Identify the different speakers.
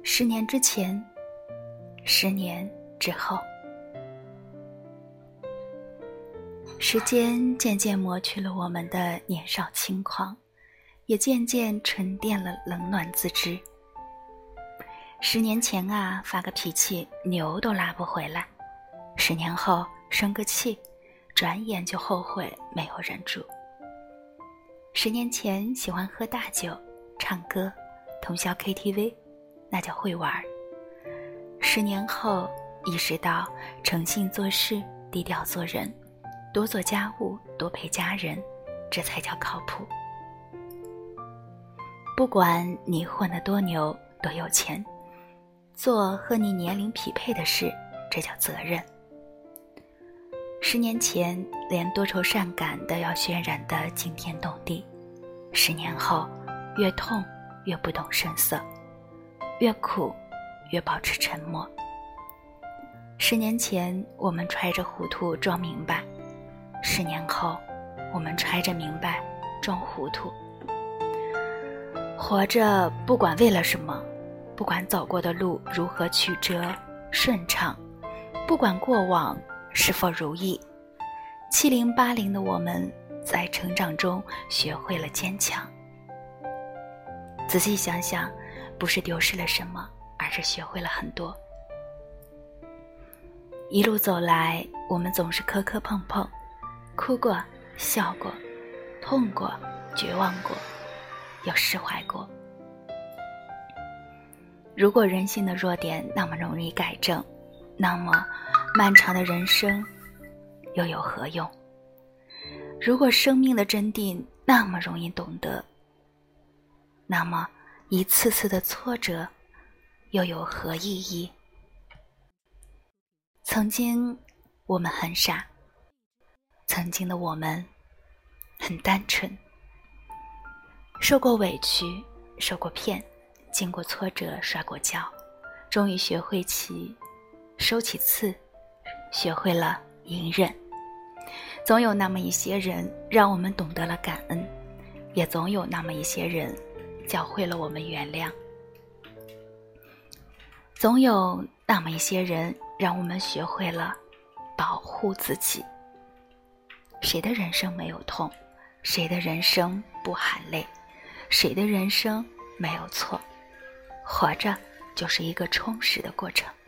Speaker 1: 10年之前，10年之后。时间渐渐磨去了我们的年少轻狂，也渐渐沉淀了冷暖自知。10年前啊，发个脾气牛都拉不回来；10年后生个气，转眼就后悔没有忍住。10年前喜欢喝大酒、唱歌、通宵 KTV， 那叫会玩。10年后意识到诚信做事，低调做人，多做家务，多陪家人，这才叫靠谱。不管你混得多牛多有钱，做和你年龄匹配的事，这叫责任。10年前连多愁善感都要渲染得惊天动地，10年后越痛越不动声色，越苦越保持沉默。10年前我们揣着糊涂装明白，10年后我们揣着明白装糊涂。活着不管为了什么，不管走过的路如何曲折顺畅，不管过往是否如意，70、80的我们在成长中学会了坚强。仔细想想，不是丢失了什么，而是学会了很多。一路走来，我们总是磕磕碰碰，哭过，笑过，痛过，绝望过，又释怀过。如果人性的弱点那么容易改正，那么漫长的人生又有何用？如果生命的真谛那么容易懂得，那么一次次的挫折又有何意义？曾经我们很傻，曾经的我们很单纯，受过委屈，受过骗，经过挫折，摔过跤，终于学会起收起刺，学会了隐忍。总有那么一些人让我们懂得了感恩，也总有那么一些人教会了我们原谅。总有那么一些人让我们学会了保护自己。谁的人生没有痛？谁的人生不含泪？谁的人生没有错？活着就是一个充实的过程。